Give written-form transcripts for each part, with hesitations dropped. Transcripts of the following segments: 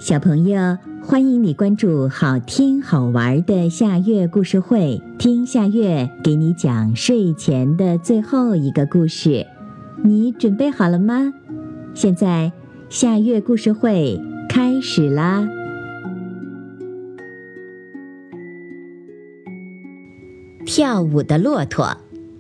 小朋友，欢迎你关注好听好玩的夏月故事会，听夏月给你讲睡前的最后一个故事。你准备好了吗？现在夏月故事会开始啦！跳舞的骆驼。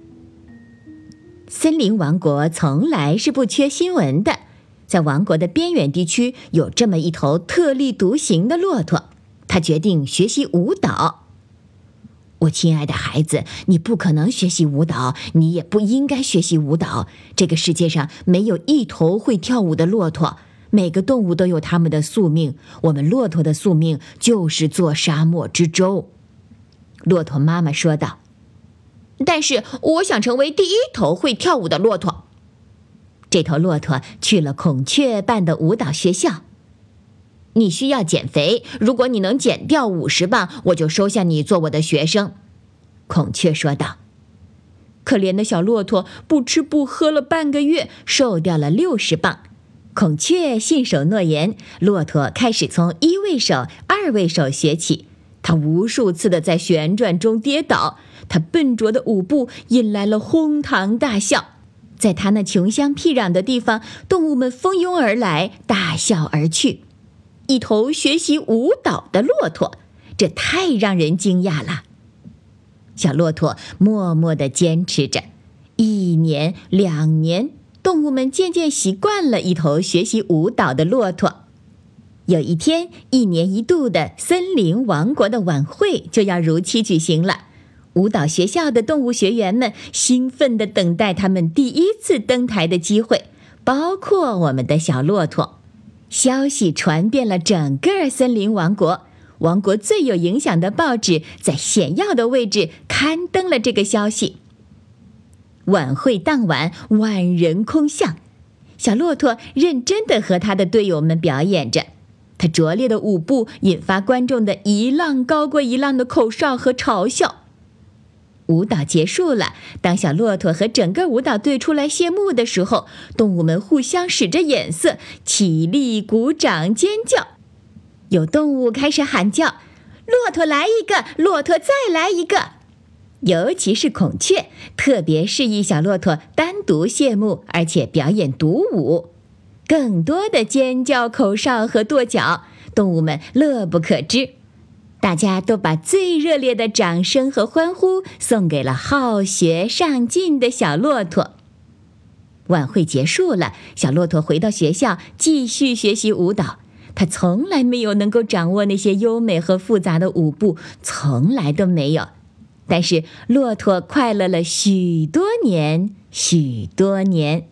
森林王国从来是不缺新闻的，在王国的边远地区有这么一头特立独行的骆驼，他决定学习舞蹈。我亲爱的孩子，你不可能学习舞蹈，你也不应该学习舞蹈。这个世界上没有一头会跳舞的骆驼，每个动物都有它们的宿命，我们骆驼的宿命就是做沙漠之舟。骆驼妈妈说道。但是我想成为第一头会跳舞的骆驼。这头骆驼去了孔雀办的舞蹈学校。你需要减肥，如果你能减掉50磅，我就收下你做我的学生。孔雀说道。可怜的小骆驼不吃不喝了半个月，瘦掉了60磅。孔雀信守诺言，骆驼开始从1位手、2位手学起。他无数次地在旋转中跌倒，他笨拙的舞步引来了哄堂大笑。在他那穷乡僻壤的地方，动物们蜂拥而来，大笑而去。一头学习舞蹈的骆驼，这太让人惊讶了。小骆驼默默地坚持着，1年、2年，动物们渐渐习惯了一头学习舞蹈的骆驼。有一天，1年1度的森林王国的晚会就要如期举行了。舞蹈学校的动物学员们兴奋地等待他们第一次登台的机会，包括我们的小骆驼。消息传遍了整个森林王国，王国最有影响的报纸在显要的位置刊登了这个消息。晚会当晚，万人空巷，小骆驼认真地和他的队友们表演着。他拙劣的舞步引发观众的一浪高过一浪的口哨和嘲笑。舞蹈结束了，当小骆驼和整个舞蹈队出来谢幕的时候，动物们互相使着眼色，起立、鼓掌、尖叫。有动物开始喊叫：骆驼来一个，骆驼再来一个。尤其是孔雀，特别示意小骆驼单独谢幕，而且表演独舞。更多的尖叫、口哨和跺脚，动物们乐不可支。大家都把最热烈的掌声和欢呼送给了好学上进的小骆驼。晚会结束了，小骆驼回到学校继续学习舞蹈。他从来没有能够掌握那些优美和复杂的舞步，从来都没有。但是骆驼快乐了许多年，许多年。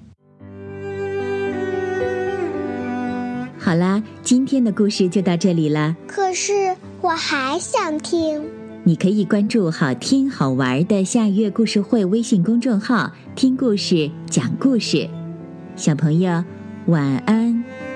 好啦，今天的故事就到这里了。 可是我还想听。 你可以关注好听好玩的夏月故事会微信公众号，听故事，讲故事。小朋友，晚安。